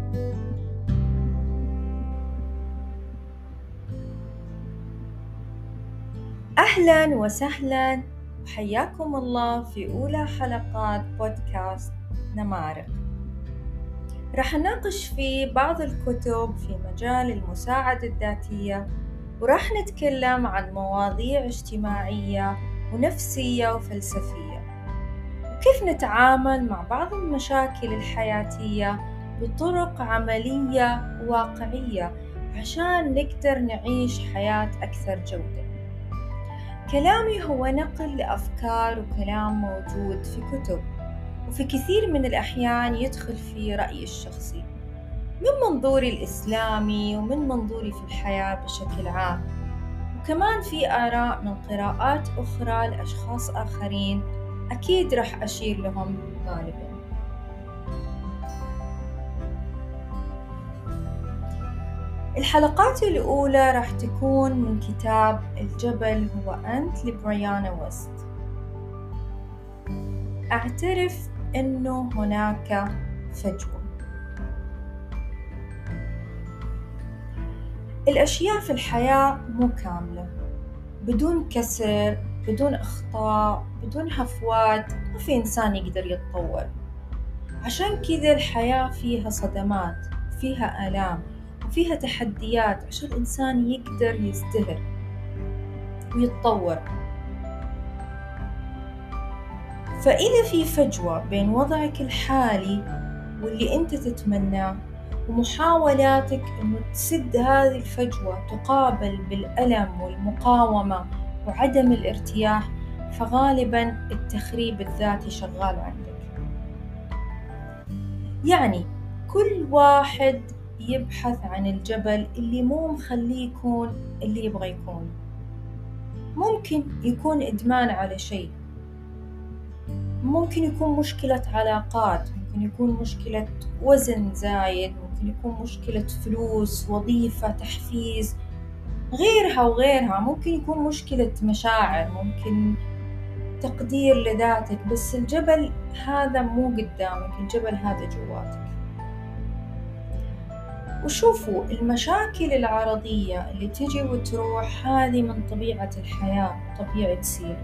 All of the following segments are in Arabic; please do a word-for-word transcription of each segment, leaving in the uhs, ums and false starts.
أهلاً وسهلاً وحياكم الله في أولى حلقات بودكاست نمارق. رح نناقش فيه بعض الكتب في مجال المساعدة الذاتية، ورح نتكلم عن مواضيع اجتماعية ونفسية وفلسفية، وكيف نتعامل مع بعض المشاكل الحياتية بطرق عملية وواقعية عشان نقدر نعيش حياة أكثر جودة. كلامي هو نقل لأفكار وكلام موجود في كتب، وفي كثير من الأحيان يدخل في رأيي الشخصي من منظوري الإسلامي ومن منظوري في الحياة بشكل عام، وكمان في آراء من قراءات أخرى لأشخاص آخرين أكيد رح أشير لهم غالباً. الحلقات الأولى رح تكون من كتاب الجبل هو أنت لبريانا ويست. أعترف أنه هناك فجوة. الأشياء في الحياة مو كاملة، بدون كسر، بدون أخطاء، بدون هفوات ما في إنسان يقدر يتطور. عشان كذا الحياة فيها صدمات، فيها آلام، وفيها تحديات عشان الإنسان يقدر يزدهر ويتطور. فإذا في فجوة بين وضعك الحالي واللي أنت تتمناه ومحاولاتك أنه تسد هذه الفجوة تقابل بالألم والمقاومة وعدم الارتياح، فغالباً التخريب الذاتي شغال عندك. يعني كل واحد يبحث عن الجبل اللي مو مخليه يكون اللي يبغى يكون. ممكن يكون إدمان على شيء، ممكن يكون مشكلة علاقات، ممكن يكون مشكلة وزن زايد، ممكن يكون مشكلة فلوس، وظيفة، تحفيز، غيرها وغيرها. ممكن يكون مشكلة مشاعر، ممكن تقدير لذاتك، بس الجبل هذا مو قدامك، الجبل هذا جواتك. وشوفوا المشاكل العرضية اللي تجي وتروح هذه من طبيعة الحياة، طبيعة تسير.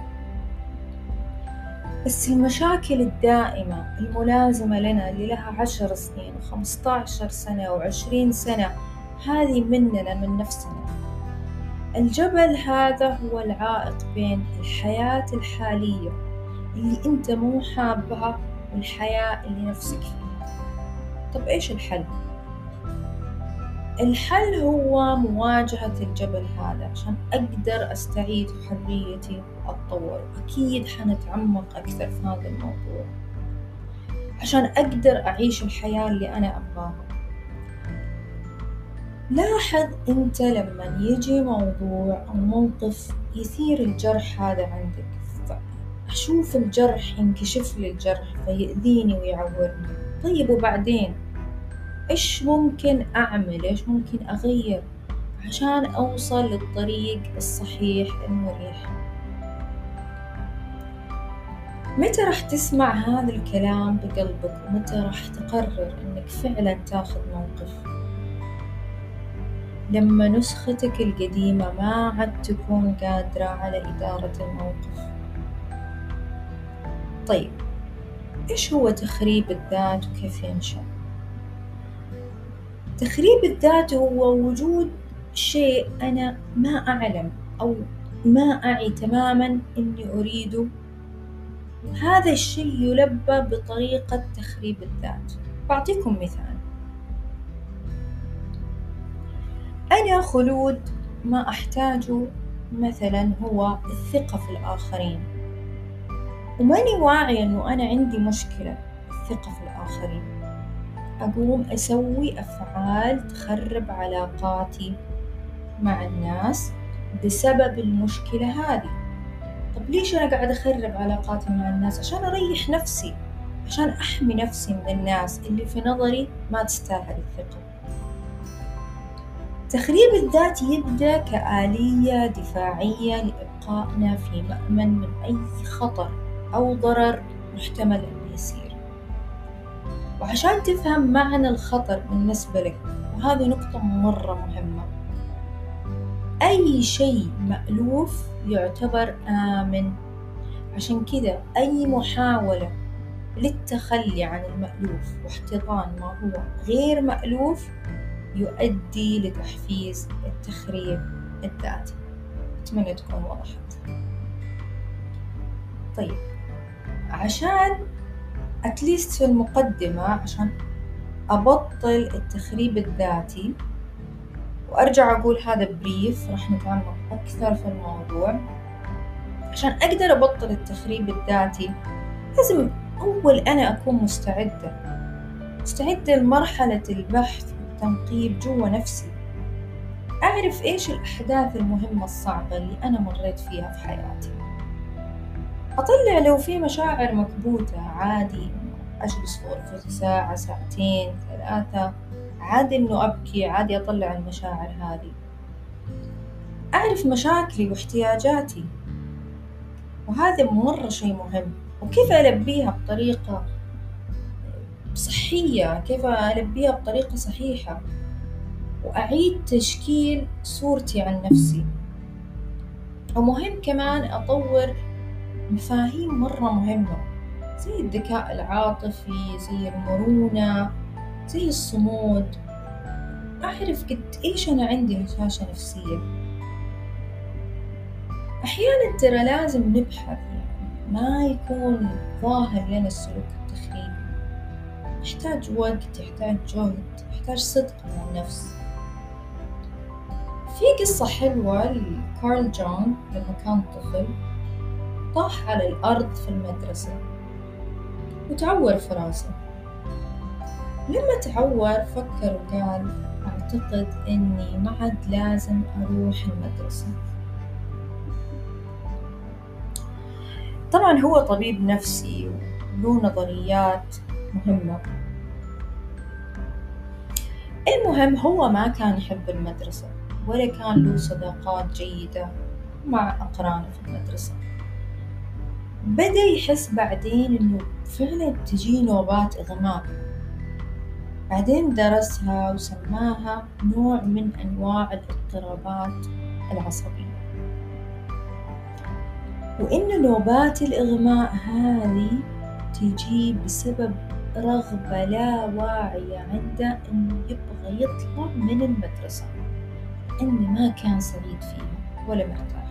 بس المشاكل الدائمة الملازمة لنا اللي لها عشر سنين وخمسة عشر سنة وعشرين سنة، هذه مننا من نفسنا. الجبل هذا هو العائق بين الحياة الحالية اللي انت مو حابها والحياة اللي نفسك فيها. طب ايش الحل؟ الحل هو مواجهة الجبل هذا عشان أقدر أستعيد حريتي وأتطور. أكيد حنتعمق أكثر في هذا الموضوع عشان أقدر أعيش الحياة اللي أنا أبغاها. لاحظ أنت لما يجي موضوع أو موقف يثير الجرح هذا عندك، أشوف الجرح ينكشف لي الجرح فيأذيني ويعورني. طيب وبعدين إيش ممكن أعمل؟ إيش ممكن أغير عشان أوصل للطريق الصحيح المريح؟ متى راح تسمع هذا الكلام بقلبك؟ ومتى راح تقرر إنك فعلا تاخذ موقف؟ لما نسختك القديمة ما عاد تكون قادرة على إدارة الموقف. طيب إيش هو تخريب الذات وكيف ينشأ؟ تخريب الذات هو وجود شيء أنا ما أعلم أو ما أعي تماماً إني أريده، وهذا الشيء يلبى بطريقة تخريب الذات. بعطيكم مثال. أنا خلود ما أحتاجه مثلاً هو الثقة في الآخرين، وماني واعي إنه أنا عندي مشكلة الثقة في الآخرين، أقوم أسوي أفعال تخرب علاقاتي مع الناس بسبب المشكلة هذه. طب ليش أنا قاعدة أخرب علاقاتي مع الناس؟ عشان أريح نفسي، عشان أحمي نفسي من الناس اللي في نظري ما تستاهل الثقة. تخريب الذات يبدأ كآلية دفاعية لإبقائنا في مأمن من أي خطر أو ضرر محتمل أن يصير. وعشان تفهم معنى الخطر بالنسبة لك، وهذه نقطة مرة مهمة، أي شيء مألوف يعتبر آمن. عشان كذا أي محاولة للتخلي عن المألوف واحتضان ما هو غير مألوف يؤدي لتحفيز التخريب الذاتي. أتمنى تكون وضحت. طيب، عشان أتليست في المقدمة، عشان أبطل التخريب الذاتي وأرجع أقول هذا بريف، راح نتعمق أكثر في الموضوع. عشان أقدر أبطل التخريب الذاتي لازم أول أنا أكون مستعدة مستعدة لمرحلة البحث والتنقيب جوا نفسي، أعرف إيش الأحداث المهمة الصعبة اللي أنا مريت فيها في حياتي، أطلع لو في مشاعر مكبوتة، عادي أجلس في غرفتي ساعة ساعتين ثلاثة، عادي إنه أبكي، عادي أطلع المشاعر هذه، أعرف مشاكلي واحتياجاتي، وهذا مرة شيء مهم. وكيف ألبيها بطريقة صحية، كيف ألبيها بطريقة صحيحة، وأعيد تشكيل صورتي عن نفسي. ومهم كمان أطور مفاهيم مرة مهمة زي الذكاء العاطفي، زي المرونة، زي الصمود. أعرف قد إيش أنا عندي هشاشة نفسية. أحيانا ترى لازم نبحث، يعني ما يكون ظاهر لنا السلوك التخريبي، يحتاج وقت، يحتاج جهد، يحتاج صدق مع النفس. في قصة حلوة لكارل جون لما كان طفل، طاح على الأرض في المدرسة وتعور في راسه. لما تعور فكر وقال أعتقد أني ما عاد لازم أروح المدرسة. طبعا هو طبيب نفسي وله نظريات مهمة. المهم هو ما كان يحب المدرسة ولا كان له صداقات جيدة مع أقرانه في المدرسة. بدأ يحس بعدين إنه فعلا تجي نوبات إغماء. بعدين درسها وسماها نوع من أنواع الاضطرابات العصبية، وإن نوبات الإغماء هذه تجي بسبب رغبة لا واعية عنده إنه يبغى يطلع من المدرسة، إنه ما كان سعيد فيها ولا مرتاح.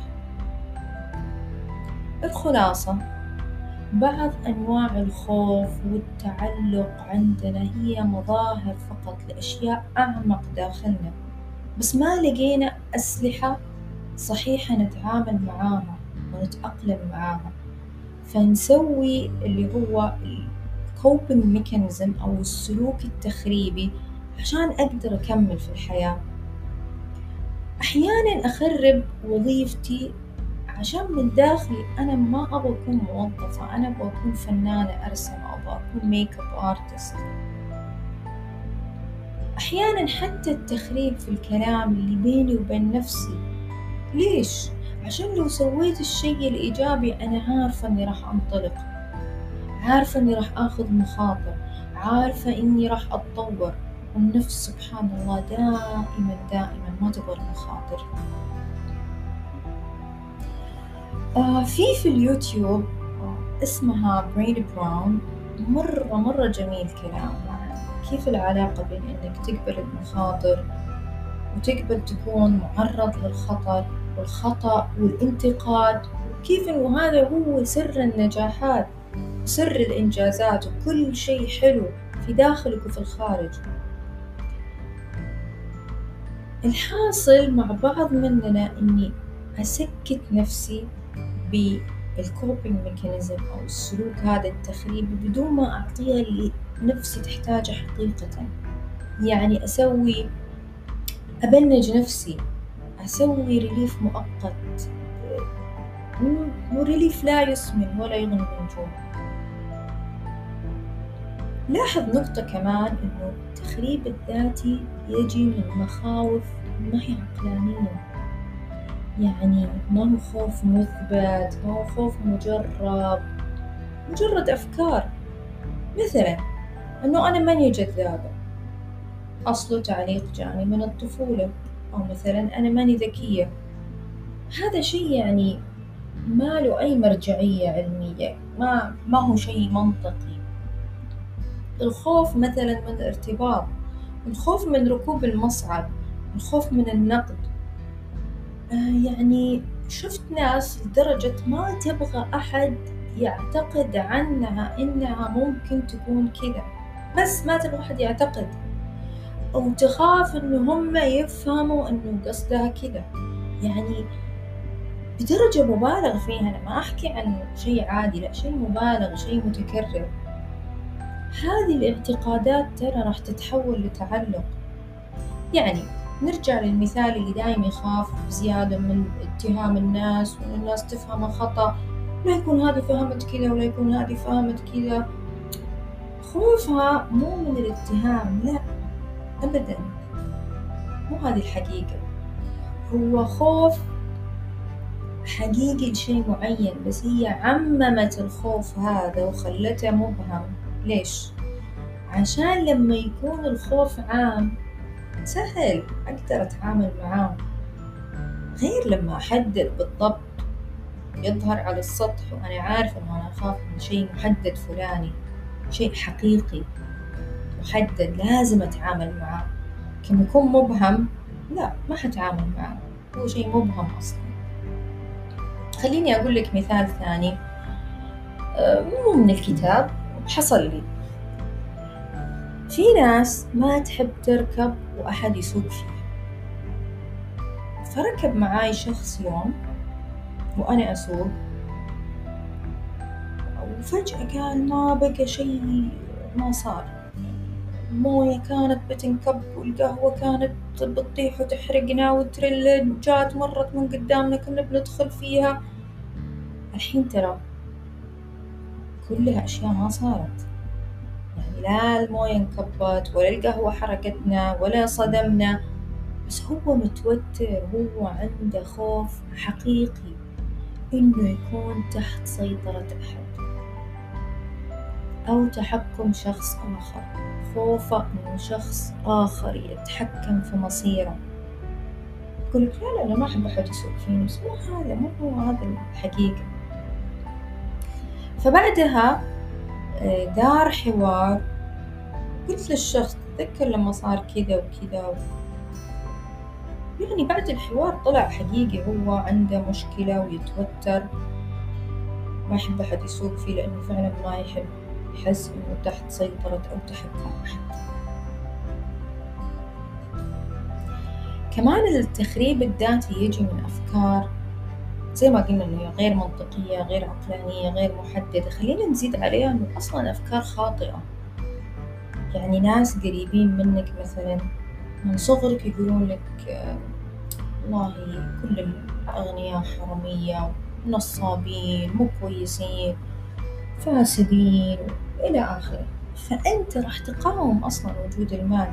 الخلاصة، بعض أنواع الخوف والتعلق عندنا هي مظاهر فقط لأشياء أعمق داخلنا، بس ما لقينا أسلحة صحيحة نتعامل معاها ونتأقلم معاها، فنسوي اللي هو الكوبينج ميكانيزم أو السلوك التخريبي عشان أقدر أكمل في الحياة. أحيانا أخرب وظيفتي عشان من داخلي أنا ما أبغى أكون موظفة، أنا أبغى أكون فنانة أرسم، أو أبغى أكون ميك اب ارتست. أحيانا حتى التخريب في الكلام اللي بيني وبين نفسي. ليش؟ عشان لو سويت الشيء الإيجابي أنا عارفة أني راح أنطلق، عارفة أني راح أخذ مخاطر، عارفة أني راح أتطور. والنفس سبحان الله دائما دائما ما تبغى المخاطر. آه في في اليوتيوب آه اسمها بريني براون، مرة مرة جميل كلام عن كيف العلاقة بين إنك تقبل المخاطر وتقبل تكون معرض للخطر والخطأ والانتقاد، وكيف إنه هذا هو سر النجاحات وسر الإنجازات وكل شيء حلو في داخلك وفي الخارج. الحاصل مع بعض مننا إني أسكت نفسي بالكوبينج ميكانيزم أو السلوك هذا التخريبي بدون ما أعطيها اللي نفسي تحتاجه حقيقة. يعني أسوي أبنج نفسي، أسوي ريليف مؤقت، مو ريليف لا يسمن ولا يغني من جوع. لاحظ نقطة كمان، إنه التخريب الذاتي يجي من مخاوف ما هي عقلانية. يعني ما هو خوف مثبت، ما هو خوف مجرب، مجرد أفكار. مثلا إنه أنا ماني جذابة، أصله تعليق جاني من الطفولة، أو مثلا أنا ماني ذكية. هذا شيء يعني ما له أي مرجعية علمية، ما ما هو شيء منطقي. الخوف مثلا من الارتباط، الخوف من ركوب المصعد، الخوف من النقد. آه يعني شفت ناس لدرجة ما تبغى أحد يعتقد عنها إنها ممكن تكون كذا، بس ما تبغى أحد يعتقد، أو تخاف إنه هم يفهموا إنه قصدها كذا. يعني بدرجة مبالغ فيها. أنا ما أحكي عن شيء عادي، لا، شيء مبالغ، شيء متكرر. هذه الاعتقادات ترى راح تتحول لتعلق. يعني نرجع للمثال اللي دايم يخاف بزيادة من اتهام الناس، وإن الناس تفهمه خطأ، لا يكون هذه فهمت كذا ولا يكون هذه فهمت كذا. خوفها مو من الاتهام، لا أبدا، مو هذه الحقيقة. هو خوف حقيقي لشيء معين، بس هي عممت الخوف هذا وخلته مبهم. ليش؟ عشان لما يكون الخوف عام سهل أقدر أتعامل معاه، غير لما أحدد بالضبط، يظهر على السطح وأنا عارفة أنه أنا أخاف من شيء محدد فلاني، شيء حقيقي محدد لازم أتعامل معاه. كم يكون مبهم، لا، ما حتعامل معاه، هو شيء مبهم أصلا. خليني أقول لك مثال ثاني، مو من الكتاب، حصل لي. في ناس ما تحب تركب وأحد يسوق فيها، فركب معاي شخص يوم وأنا أسوق، وفجأة قال ما بقى شيء، ما صار. الموية كانت بتنكب والقهوة كانت بتطيح وتحرقنا، والتريلا جات مرت من قدامنا كنا بندخل فيها. الحين ترى كلها أشياء ما صارت، يعني لا الموية انكبت ولا القهوة حرقتنا ولا صدمنا، بس هو متوتر، هو عنده خوف حقيقي إنه يكون تحت سيطرة أحد أو تحكم شخص آخر، خوفه إنه شخص آخر يتحكم في مصيره. يقول لك لا لا أنا ما أحب أحد يسوق فيني، بس مو هذا، مو هو هذا الحقيقة. فبعدها دار حوار، قلت للشخص تذكر لما صار كذا وكذا، يعني بعد الحوار طلع حقيقي هو عنده مشكلة ويتوتر، ما يحب أحد يسوق فيه لأنه فعلا ما يحب يحس إنه تحت سيطرة أو تحكم أحد. كمان التخريب الذاتي يجي من أفكار زي ما قلنا إنه غير منطقية، غير عقلانية، غير محددة. خلينا نزيد عليها إنه أصلا أفكار خاطئة. يعني ناس قريبين منك مثلا من صغرك يقولون لك والله كل الأغنياء حرامية، نصابين، مو كويسين، فاسدين، إلى آخره. فأنت راح تقاوم أصلا وجود المال.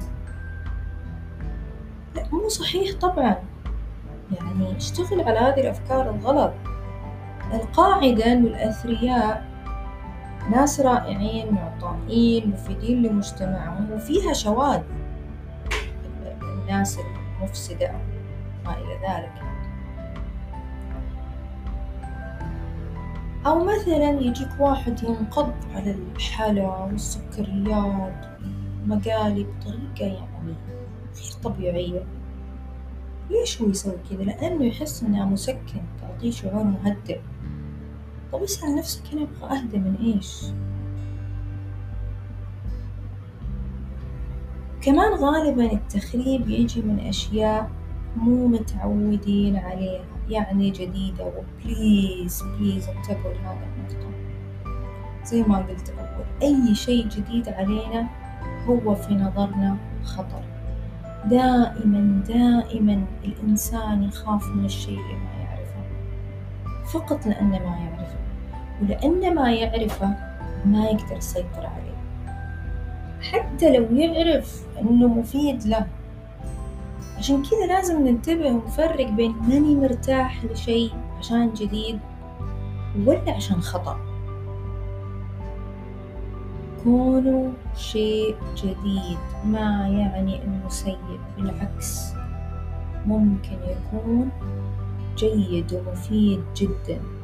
لا، مو صحيح طبعا. يعني اشتغل على هذه الأفكار الغلط. القاعدة إنه الأثرياء ناس رائعين، معطائين، مفيدين لمجتمعهم، وفيها شواذ الناس المفسدة ما إلى ذلك. أو مثلا يجيك واحد ينقض على الحلا والسكريات والمقالي بطريقة يعني غير طبيعية. ليش هو يسوي كذا؟ لأنه يحس إنها مسكن، تعطيه شعور مهدئ. طب اسأل نفسك أنا أبغى أهدى من إيش؟ كمان غالبا التخريب يجي من أشياء مو متعودين عليها، يعني جديدة. وبليز بليز انتبهوا لهذا النقطة. زي ما قلت أول، أي شيء جديد علينا هو في نظرنا خطر. دائما دائما الإنسان يخاف من الشيء اللي ما يعرفه، فقط لأنه ما يعرفه، ولأنه ما يعرفه ما يقدر يسيطر عليه، حتى لو يعرف أنه مفيد له. عشان كذا لازم ننتبه ونفرق بين ماني مرتاح لشيء عشان جديد ولا عشان خطأ. كونه شيء جديد ما يعني إنه سيء، بالعكس ممكن يكون جيد ومفيد جدا.